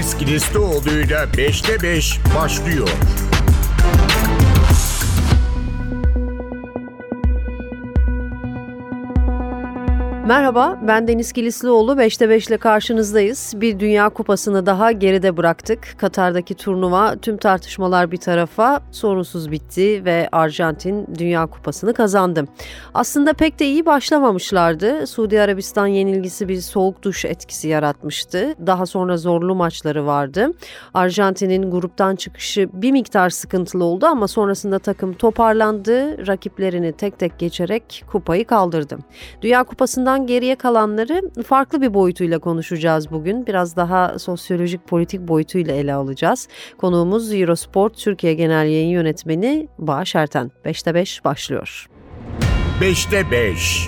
Deniz Kilislioğlu'yla 5'te 5 başlıyor. Merhaba, ben Deniz Kilislioğlu. 5'te 5 ile karşınızdayız. Bir Dünya Kupası'nı daha geride bıraktık. Katar'daki turnuva tüm tartışmalar bir tarafa sorunsuz bitti ve Arjantin Dünya Kupası'nı kazandı. Aslında pek de iyi başlamamışlardı. Suudi Arabistan yenilgisi bir soğuk duş etkisi yaratmıştı. Daha sonra zorlu maçları vardı. Arjantin'in gruptan çıkışı bir miktar sıkıntılı oldu ama sonrasında takım toparlandı. Rakiplerini tek tek geçerek kupayı kaldırdı. Dünya Kupası'ndan geriye kalanları farklı bir boyutuyla konuşacağız bugün. Biraz daha sosyolojik, politik boyutuyla ele alacağız. Konuğumuz Eurosport Türkiye Genel Yayın Yönetmeni Bağış Erten. 5'te 5 başlıyor. 5'te 5.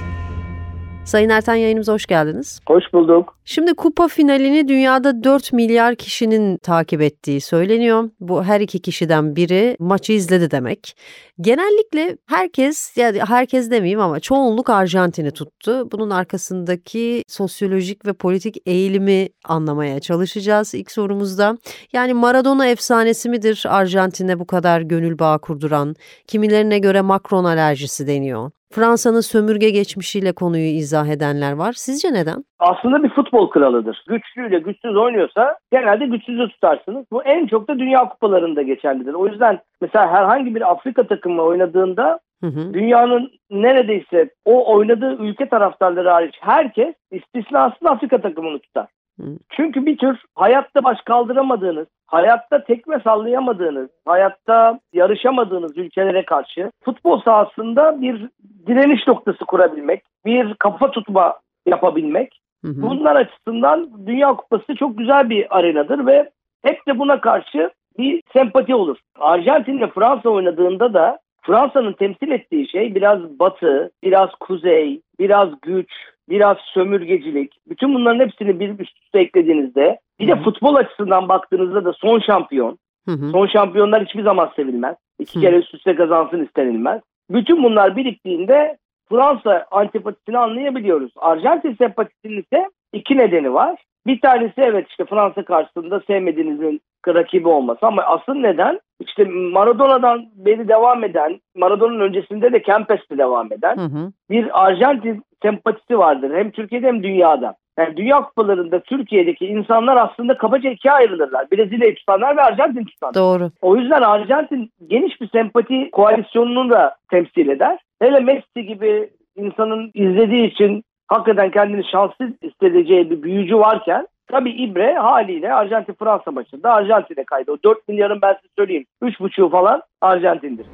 Sayın Erten, yayınımıza hoş geldiniz. Hoş bulduk. Şimdi kupa finalini dünyada 4 milyar kişinin takip ettiği söyleniyor. Bu her iki kişiden biri maçı izledi demek. Genellikle herkes, yani herkes demeyeyim ama çoğunluk Arjantin'i tuttu. Bunun arkasındaki sosyolojik ve politik eğilimi anlamaya çalışacağız ilk sorumuzda. Yani Maradona efsanesi midir Arjantin'e bu kadar gönül bağı kurduran? Kimilerine göre Macron alerjisi deniyor. Fransa'nın sömürge geçmişiyle konuyu izah edenler var. Sizce neden? Aslında bir futbol kralıdır. Güçlüyle güçsüz oynuyorsa genelde güçsüzü tutarsınız. Bu en çok da Dünya Kupalarında geçerlidir. O yüzden mesela herhangi bir Afrika takımı oynadığında dünyanın neredeyse o oynadığı ülke taraftarları hariç herkes istisnasız Afrika takımını tutar. Çünkü bir tür hayatta baş kaldıramadığınız, hayatta tekme sallayamadığınız, hayatta yarışamadığınız ülkelere karşı futbol sahasında bir direniş noktası kurabilmek, bir kafa tutma yapabilmek. Bunlar açısından Dünya Kupası çok güzel bir arenadır ve hep de buna karşı bir sempati olur. Arjantin ile Fransa oynadığında da Fransa'nın temsil ettiği şey biraz batı, biraz kuzey, biraz güç, biraz sömürgecilik. Bütün bunların hepsini bir üst üste eklediğinizde bir de futbol açısından baktığınızda da son şampiyon. Son şampiyonlar hiçbir zaman sevilmez. 2 kere üst üste kazansın istenilmez. Bütün bunlar biriktiğinde Fransa antipatisini anlayabiliyoruz. Arjantin sempatisinin ise 2 nedeni var. Bir tanesi evet işte Fransa karşısında sevmediğinizin rakibi olması ama asıl neden işte Maradona'dan beri devam eden, Maradona'nın öncesinde de Kempes'te devam eden bir Arjantin sempatisi vardır. Hem Türkiye'de hem dünyada. Yani Dünya Kupalarında Türkiye'deki insanlar aslında kabaca 2'ye ayrılırlar. Brezilya'yı tutanlar ve Arjantin tutanlar. Doğru. O yüzden Arjantin geniş bir sempati koalisyonunu da temsil eder. Hele Messi gibi insanın izlediği için hakikaten kendini şanssız hissedeceği bir büyücü varken tabii İbre haliyle Arjantin-Fransa maçında Arjantin'e kaydı. O 4 milyarın ben size söyleyeyim 3,5'u falan Arjantin'dir.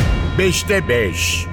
5'te 5.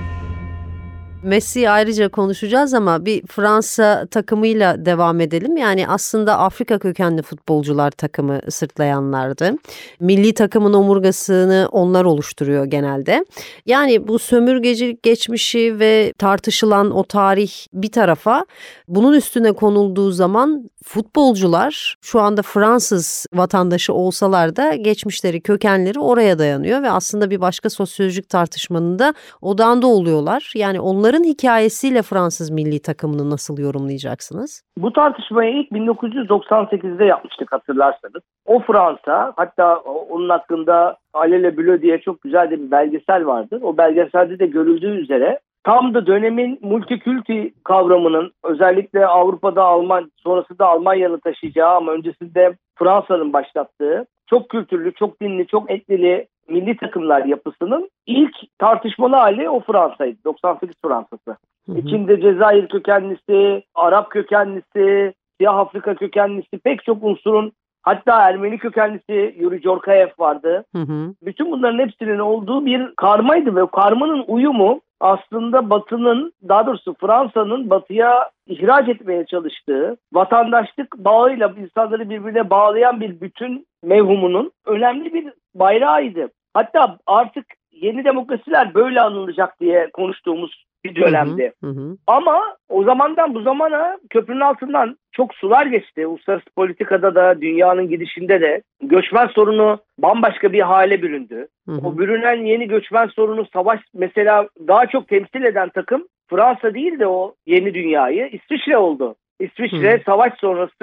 Messi'yi ayrıca konuşacağız ama bir Fransa takımıyla devam edelim. Yani aslında Afrika kökenli futbolcular takımı sırtlayanlardı. Milli takımın omurgasını onlar oluşturuyor genelde. Yani bu sömürgecilik geçmişi ve tartışılan o tarih bir tarafa, bunun üstüne konulduğu zaman futbolcular şu anda Fransız vatandaşı olsalar da geçmişleri, kökenleri oraya dayanıyor ve aslında bir başka sosyolojik tartışmanın da odağında oluyorlar. Yani onların hikayesiyle Fransız milli takımını nasıl yorumlayacaksınız? Bu tartışmayı ilk 1998'de yapmıştık hatırlarsanız. O Fransa, hatta onun hakkında Alele Bleu diye çok güzel bir belgesel vardır. O belgeselde de görüldüğü üzere tam da dönemin multikülti kavramının özellikle Avrupa'da sonrasında Almanya'nın taşıyacağı ama öncesinde Fransa'nın başlattığı çok kültürlü, çok dinli, çok etnili milli takımlar yapısının ilk tartışmalı hali o Fransa'ydı. 98 Fransa'sı. İçinde Cezayir kökenlisi, Arap kökenlisi, Siyah Afrika kökenlisi pek çok unsurun, hatta Ermeni kökenlisi Yuri Jorkaev vardı. Bütün bunların hepsinin olduğu bir karmaydı ve o karmanın uyumu aslında Batı'nın, daha doğrusu Fransa'nın Batı'ya ihraç etmeye çalıştığı vatandaşlık bağıyla insanları birbirine bağlayan bir bütün mevhumunun önemli bir bayrağıydı. Hatta artık yeni demokrasiler böyle anılacak diye konuştuğumuz bir dönemde. Ama o zamandan bu zamana köprünün altından çok sular geçti. Uluslararası politikada da dünyanın gidişinde de göçmen sorunu bambaşka bir hale büründü. O bürünen yeni göçmen sorunu, savaş mesela daha çok temsil eden takım Fransa değil de o yeni dünyayı İsviçre oldu. İsviçre savaş sonrası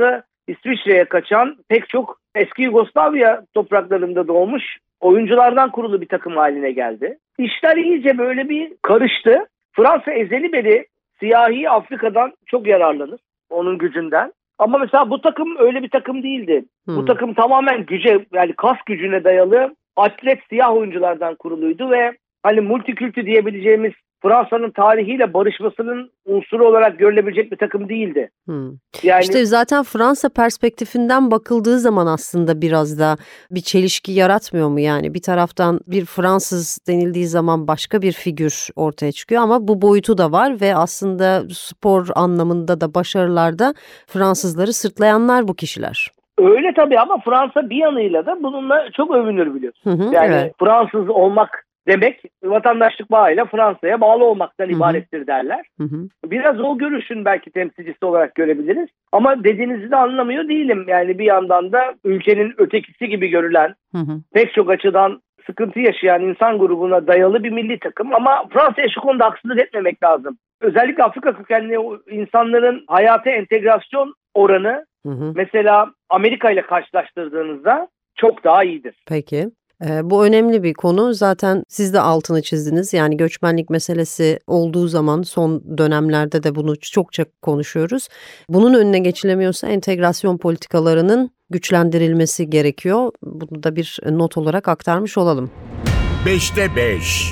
İsviçre'ye kaçan pek çok eski Yugoslavya topraklarında doğmuş oyunculardan kurulu bir takım haline geldi. İşler iyice böyle bir karıştı. Fransa ezeli beri siyahi Afrika'dan çok yararlanır. Onun gücünden. Ama mesela bu takım öyle bir takım değildi. Bu takım tamamen güce, yani kas gücüne dayalı atlet siyah oyunculardan kuruluydu ve hani multikültü diyebileceğimiz Fransa'nın tarihiyle barışmasının unsuru olarak görülebilecek bir takım değildi. Yani İşte zaten Fransa perspektifinden bakıldığı zaman aslında biraz da bir çelişki yaratmıyor mu? Yani bir taraftan bir Fransız denildiği zaman başka bir figür ortaya çıkıyor ama bu boyutu da var ve aslında spor anlamında da başarılarda Fransızları sırtlayanlar bu kişiler. Öyle tabii ama Fransa bir yanıyla da bununla çok övünür biliyorsun. Yani evet. Fransız olmak demek vatandaşlık bağıyla Fransa'ya bağlı olmaktan ibarettir derler. Biraz o görüşün belki temsilcisi olarak görebiliriz. Ama dediğinizi de anlamıyor değilim. Yani bir yandan da ülkenin ötekisi gibi görülen, pek çok açıdan sıkıntı yaşayan insan grubuna dayalı bir milli takım. Ama Fransa'ya şu konuda haksızlık etmemek lazım. Özellikle Afrika kökenli insanların hayata entegrasyon oranı mesela Amerika ile karşılaştırdığınızda çok daha iyidir. Peki. Bu önemli bir konu. Zaten siz de altını çizdiniz. Yani göçmenlik meselesi olduğu zaman son dönemlerde de bunu çokça konuşuyoruz. Bunun önüne geçilemiyorsa entegrasyon politikalarının güçlendirilmesi gerekiyor. Bunu da bir not olarak aktarmış olalım. 5'te 5.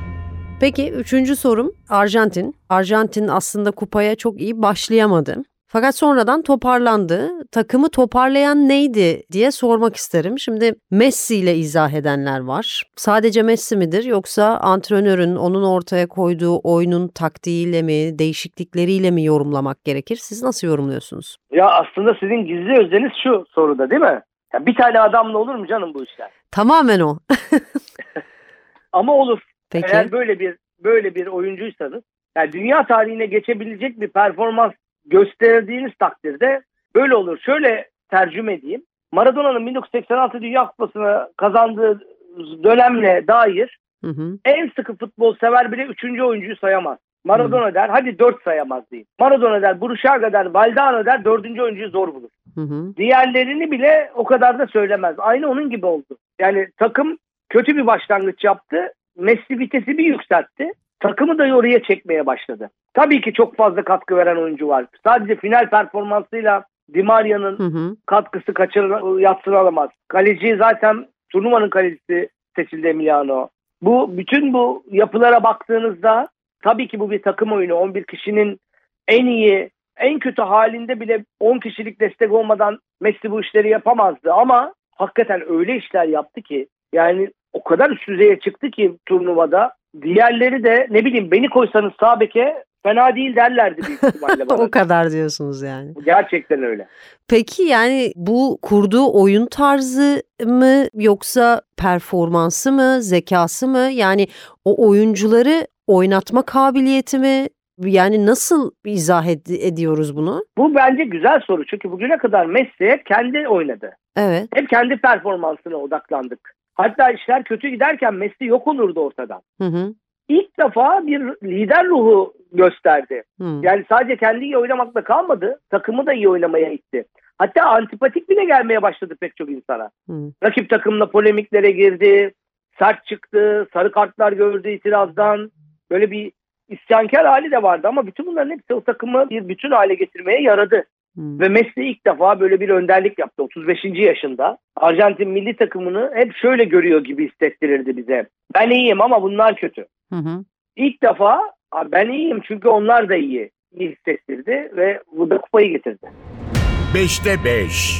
Peki 3. sorum Arjantin. Arjantin aslında kupaya çok iyi başlayamadı. Fakat sonradan toparlandı. Takımı toparlayan neydi diye sormak isterim. Şimdi Messi ile izah edenler var. Sadece Messi midir yoksa antrenörün onun ortaya koyduğu oyunun taktiğiyle mi, değişiklikleriyle mi yorumlamak gerekir? Siz nasıl yorumluyorsunuz? Ya aslında sizin gizli özdeniz şu soruda değil mi? Ya bir tane adamla olur mu canım bu işler? Tamamen o. Ama olur. Peki. Eğer böyle bir oyuncuysanız, yani dünya tarihine geçebilecek bir performans gösterdiğiniz takdirde böyle olur. Şöyle tercüme edeyim. Maradona'nın 1986 Dünya Kupası'nı kazandığı dönemle dair en sıkı futbol sever bile 3. oyuncuyu sayamaz. Maradona der, hadi 4 sayamaz diyeyim. Maradona der, Buruşaga der, Valdano der, 4. oyuncuyu zor bulur. Diğerlerini bile o kadar da söylemez. Aynı onun gibi oldu. Yani takım kötü bir başlangıç yaptı. Messi vitesi bir yükseltti. Takımı da oraya çekmeye başladı. Tabii ki çok fazla katkı veren oyuncu var. Sadece final performansıyla Di Maria'nın katkısı yadsınamaz. Kaleci zaten turnuvanın kalecisi seçildi, Emiliano. Bütün bu yapılara baktığınızda tabii ki bu bir takım oyunu. 11 kişinin en iyi, en kötü halinde bile 10 kişilik destek olmadan Messi bu işleri yapamazdı. Ama hakikaten öyle işler yaptı ki, yani o kadar üst düzeye çıktı ki turnuvada. Diğerleri de ne bileyim, beni koysanız sağ beke fena değil derlerdi büyük ihtimalle bana. O kadar diyorsunuz yani. Gerçekten öyle. Peki yani bu kurduğu oyun tarzı mı yoksa performansı mı, zekası mı? Yani o oyuncuları oynatma kabiliyeti mi? Yani nasıl izah ediyoruz bunu? Bu bence güzel soru. Çünkü bugüne kadar Messi hep kendi oynadı. Evet. Hep kendi performansına odaklandık. Hatta işler kötü giderken Messi yok olurdu ortadan. İlk defa bir lider ruhu gösterdi. Yani sadece kendi iyi oynamakla kalmadı, takımı da iyi oynamaya itti. Hatta antipatik bile gelmeye başladı pek çok insana. Rakip takımla polemiklere girdi, sert çıktı, sarı kartlar gördü itirazdan. Böyle bir isyankar hali de vardı ama bütün bunların hepsi o takımı bir bütün hale getirmeye yaradı. Ve Messi ilk defa böyle bir önderlik yaptı 35. yaşında. Arjantin milli takımını hep şöyle görüyor gibi hissettirirdi bize. Ben iyiyim ama bunlar kötü. İlk defa ben iyiyim çünkü onlar da iyi hissettirdi ve bu da kupayı getirdi. 5'te 5.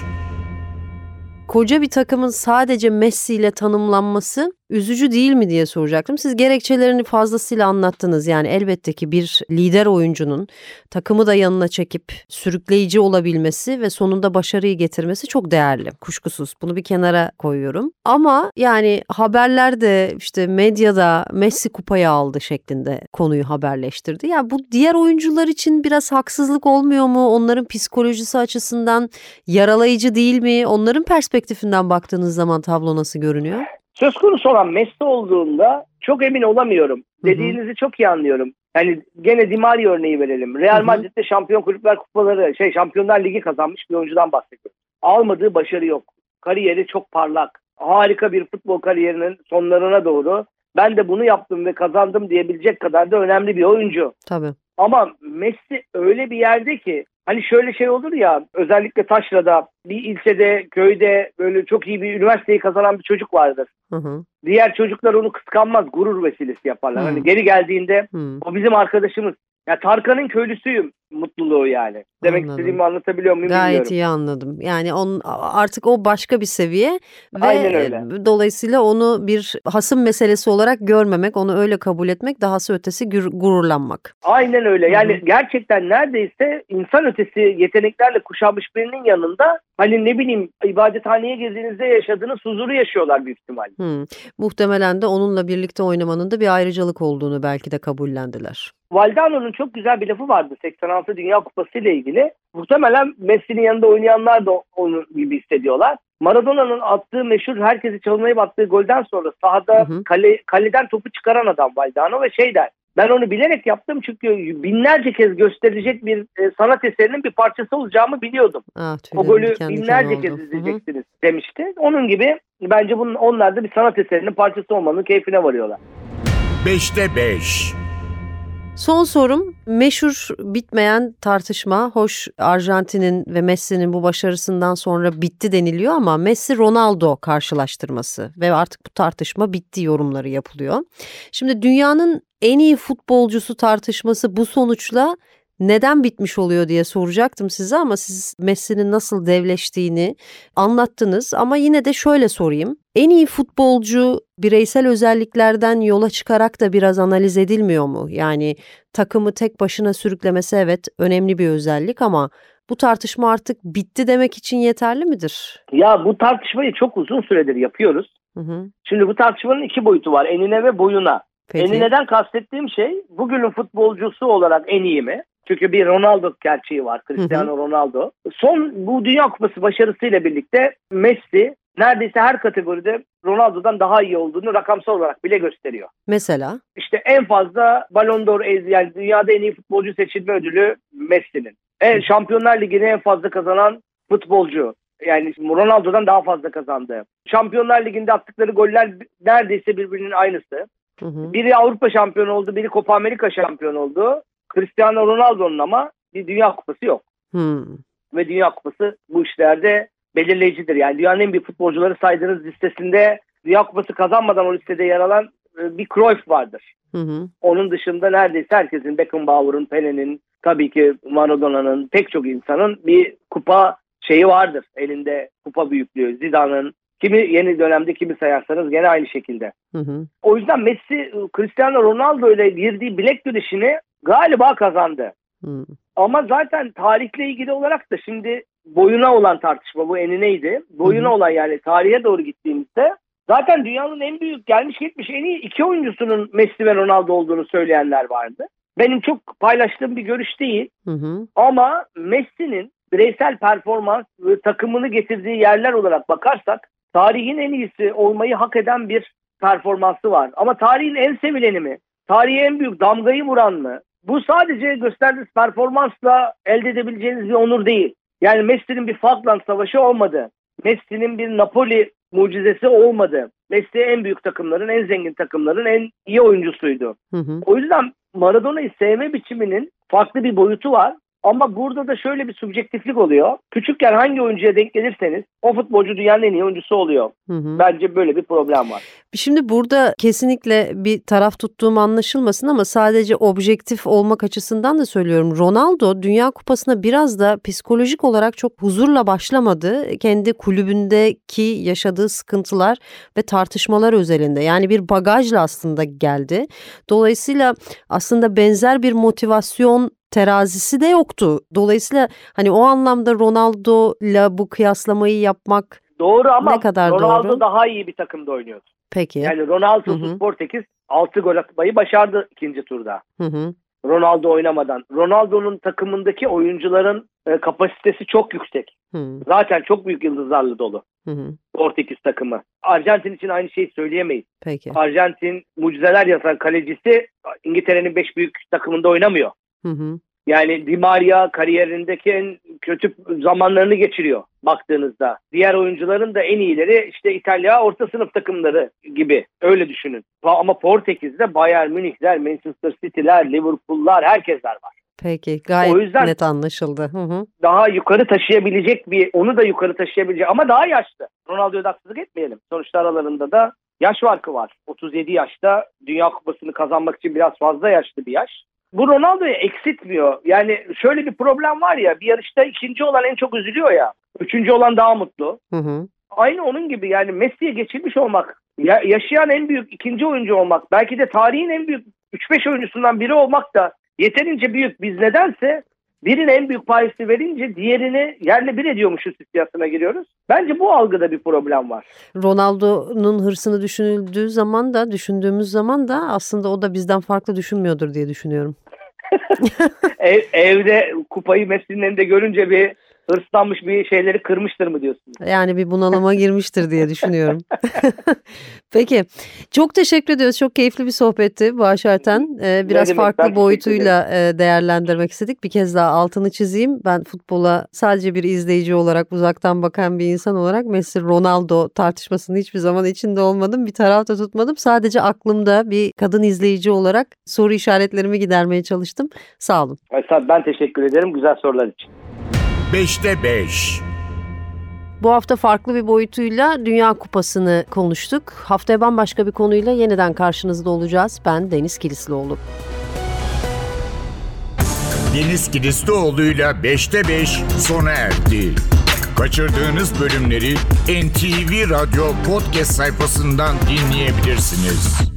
Koca bir takımın sadece Messi ile tanımlanması üzücü değil mi diye soracaktım. Siz gerekçelerini fazlasıyla anlattınız. Yani elbette ki bir lider oyuncunun takımı da yanına çekip sürükleyici olabilmesi ve sonunda başarıyı getirmesi çok değerli. Kuşkusuz. Bunu bir kenara koyuyorum. Ama yani haberlerde işte medyada Messi kupayı aldı şeklinde konuyu haberleştirdi. Ya bu diğer oyuncular için biraz haksızlık olmuyor mu? Onların psikolojisi açısından yaralayıcı değil mi? Onların perspektifinden baktığınız zaman tablo nasıl görünüyor? Söz konusu olan Messi olduğunda çok emin olamıyorum. Dediğinizi çok iyi anlıyorum. Yani gene Di Maria örneği verelim. Real Madrid'de Şampiyon Kulüpler Kupaları, Şampiyonlar Ligi kazanmış bir oyuncudan bahsediyorum. Almadığı başarı yok. Kariyeri çok parlak. Harika bir futbol kariyerinin sonlarına doğru ben de bunu yaptım ve kazandım diyebilecek kadar da önemli bir oyuncu. Tabii. Ama Messi öyle bir yerde ki hani şöyle şey olur ya, özellikle Taşra'da bir ilçede, köyde böyle çok iyi bir üniversiteyi kazanan bir çocuk vardır. Diğer çocuklar onu kıskanmaz, gurur vesilesi yaparlar. Hani geri geldiğinde o bizim arkadaşımız. Ya Tarkan'ın köylüsüyüm mutluluğu yani. Demek istediğimi anlatabiliyor muyum bilmiyorum. Gayet iyi anladım. Yani artık o başka bir seviye ve Aynen öyle. Dolayısıyla onu bir hasım meselesi olarak görmemek, onu öyle kabul etmek, dahası ötesi gururlanmak. Aynen öyle. Yani gerçekten neredeyse insan ötesi yeteneklerle kuşanmış birinin yanında hani ne bileyim ibadethaneye girdiğinizde yaşadığınız huzuru yaşıyorlar büyük ihtimal. Muhtemelen de onunla birlikte oynamanın da bir ayrıcalık olduğunu belki de kabullendiler. Valdano'nun çok güzel bir lafı vardı 86 Dünya Kupası ile ilgili. Muhtemelen Messi'nin yanında oynayanlar da onun gibi hissediyorlar. Maradona'nın attığı meşhur herkesi çalmayıp attığı golden sonra sahada kaleden topu çıkaran adam Valdano ve şey der. Ben onu bilerek yaptım çünkü binlerce kez gösterilecek bir sanat eserinin bir parçası olacağımı biliyordum. O golü binlerce kez izleyeceksiniz demişti. Onun gibi bence onlar da bir sanat eserinin parçası olmanın keyfine varıyorlar. 5'te 5. Son sorum, meşhur bitmeyen tartışma. Hoş, Arjantin'in ve Messi'nin bu başarısından sonra bitti deniliyor ama Messi-Ronaldo karşılaştırması ve artık bu tartışma bitti yorumları yapılıyor. Şimdi dünyanın en iyi futbolcusu tartışması bu sonuçla neden bitmiş oluyor diye soracaktım size ama siz Messi'nin nasıl devleştiğini anlattınız ama yine de şöyle sorayım. En iyi futbolcu bireysel özelliklerden yola çıkarak da biraz analiz edilmiyor mu? Yani takımı tek başına sürüklemesi evet önemli bir özellik ama bu tartışma artık bitti demek için yeterli midir? Ya bu tartışmayı çok uzun süredir yapıyoruz. Şimdi bu tartışmanın iki boyutu var. Enine ve boyuna. Peki. Enineden kastettiğim şey bugünün futbolcusu olarak en iyi mi? Çünkü bir Ronaldo gerçeği var. Cristiano Ronaldo. Son bu Dünya Kupası başarısıyla birlikte Messi neredeyse her kategoride Ronaldo'dan daha iyi olduğunu rakamsal olarak bile gösteriyor. Mesela? İşte en fazla Ballon d'Or, yani dünyada en iyi futbolcu seçilme ödülü Messi'nin. Şampiyonlar Ligi'ni en fazla kazanan futbolcu. Yani Ronaldo'dan daha fazla kazandı. Şampiyonlar Ligi'nde attıkları goller neredeyse birbirinin aynısı. Biri Avrupa şampiyonu oldu, biri Copa Amerika şampiyonu oldu. Cristiano Ronaldo'nun ama bir Dünya Kupası yok. Ve Dünya Kupası bu işlerde belirleyicidir. Yani dünyanın en büyük futbolcuları saydığınız listesinde Dünya Kupası kazanmadan o listede yer alan bir Cruyff vardır. Onun dışında neredeyse herkesin, Beckenbauer'ın, Pele'nin, tabii ki Maradona'nın, pek çok insanın bir kupa şeyi vardır. Elinde kupa büyüklüğü. Zidane'ın, kimi yeni dönemde kimi sayarsanız gene aynı şekilde. O yüzden Messi, Cristiano Ronaldo ile girdiği bilek güreşini galiba kazandı. Ama zaten tarihle ilgili olarak da şimdi boyuna olan tartışma, bu enineydi. Boyuna olan, yani tarihe doğru gittiğimizde zaten dünyanın en büyük gelmiş geçmiş en iyi iki oyuncusunun Messi ve Ronaldo olduğunu söyleyenler vardı. Benim çok paylaştığım bir görüş değil. Ama Messi'nin bireysel performans ve takımını getirdiği yerler olarak bakarsak tarihin en iyisi olmayı hak eden bir performansı var. Ama tarihin en sevileni mi? Tarihe en büyük damgayı vuran mı? Bu sadece gösterdiğiniz performansla elde edebileceğiniz bir onur değil. Yani Messi'nin bir Falkland Savaşı olmadı. Messi'nin bir Napoli mucizesi olmadı. Messi en büyük takımların, en zengin takımların en iyi oyuncusuydu. O yüzden Maradona'yı sevme biçiminin farklı bir boyutu var. Ama burada da şöyle bir subjektiflik oluyor. Küçükken hangi oyuncuya denk gelirseniz o futbolcu dünyanın en iyi oyuncusu oluyor. Bence böyle bir problem var. Şimdi burada kesinlikle bir taraf tuttuğum anlaşılmasın ama sadece objektif olmak açısından da söylüyorum. Ronaldo Dünya Kupası'na biraz da psikolojik olarak çok huzurla başlamadı. Kendi kulübündeki yaşadığı sıkıntılar ve tartışmalar özelinde. Yani bir bagajla aslında geldi. Dolayısıyla aslında benzer bir motivasyon terazisi de yoktu. Dolayısıyla hani o anlamda Ronaldo'yla bu kıyaslamayı yapmak doğru ama ne kadar Ronaldo doğru? daha iyi bir takımda oynuyordu. Peki. Yani Ronaldo'suz Portekiz 6 gol atmayı başardı ikinci turda. Ronaldo oynamadan. Ronaldo'nun takımındaki oyuncuların kapasitesi çok yüksek. Zaten çok büyük yıldızlarla dolu. Portekiz takımı. Arjantin için aynı şeyi söyleyemeyiz. Peki. Arjantin mucizeler yaratan kalecisi İngiltere'nin 5 büyük takımında oynamıyor. Yani Di Maria kariyerindeki en kötü zamanlarını geçiriyor baktığınızda. Diğer oyuncuların da en iyileri işte İtalya orta sınıf takımları gibi. Öyle düşünün. Ama Portekiz'de Bayern Münih'ler, Manchester City'ler, Liverpool'lar, herkesler var. Peki, gayet o yüzden net anlaşıldı. Daha yukarı taşıyabilecek onu da yukarı taşıyabilecek ama daha yaşlı. Ronaldo'ya da haksızlık etmeyelim. Sonuçta aralarında da yaş farkı var. 37 yaşta Dünya Kupası'nı kazanmak için biraz fazla yaşlı bir yaş. Bu Ronaldo'yu eksiltmiyor. Yani şöyle bir problem var ya, bir yarışta ikinci olan en çok üzülüyor ya. Üçüncü olan daha mutlu. Aynı onun gibi yani Messi'ye geçilmiş olmak, yaşayan en büyük ikinci oyuncu olmak, belki de tarihin en büyük 3-5 oyuncusundan biri olmak da yeterince büyük. Biz nedense birine en büyük payesi verince diğerini yerle bir ediyormuşuz hissiyatına giriyoruz. Bence bu algıda bir problem var. Ronaldo'nun hırsını düşündüğümüz zaman da aslında o da bizden farklı düşünmüyordur diye düşünüyorum. Evde kupayı Messi'nin elinde görünce bir hırslanmış, bir şeyleri kırmıştır mı diyorsun? Yani bir bunalıma girmiştir diye düşünüyorum. Peki. Çok teşekkür ediyoruz. Çok keyifli bir sohbetti Bağış Erten. Biraz farklı boyutuyla değerlendirmek istedik. Bir kez daha altını çizeyim. Ben futbola sadece bir izleyici olarak, uzaktan bakan bir insan olarak Messi Ronaldo tartışmasının hiçbir zaman içinde olmadım. Bir tarafta tutmadım. Sadece aklımda bir kadın izleyici olarak soru işaretlerimi gidermeye çalıştım. Sağ olun. Ben teşekkür ederim güzel sorular için. 5'te 5. Bu hafta farklı bir boyutuyla Dünya Kupası'nı konuştuk. Haftaya bambaşka bir konuyla yeniden karşınızda olacağız. Ben Deniz Kilislioğlu. Deniz Kilislioğlu'yla 5'te 5 sona erdi. Kaçırdığınız bölümleri NTV Radyo podcast sayfasından dinleyebilirsiniz.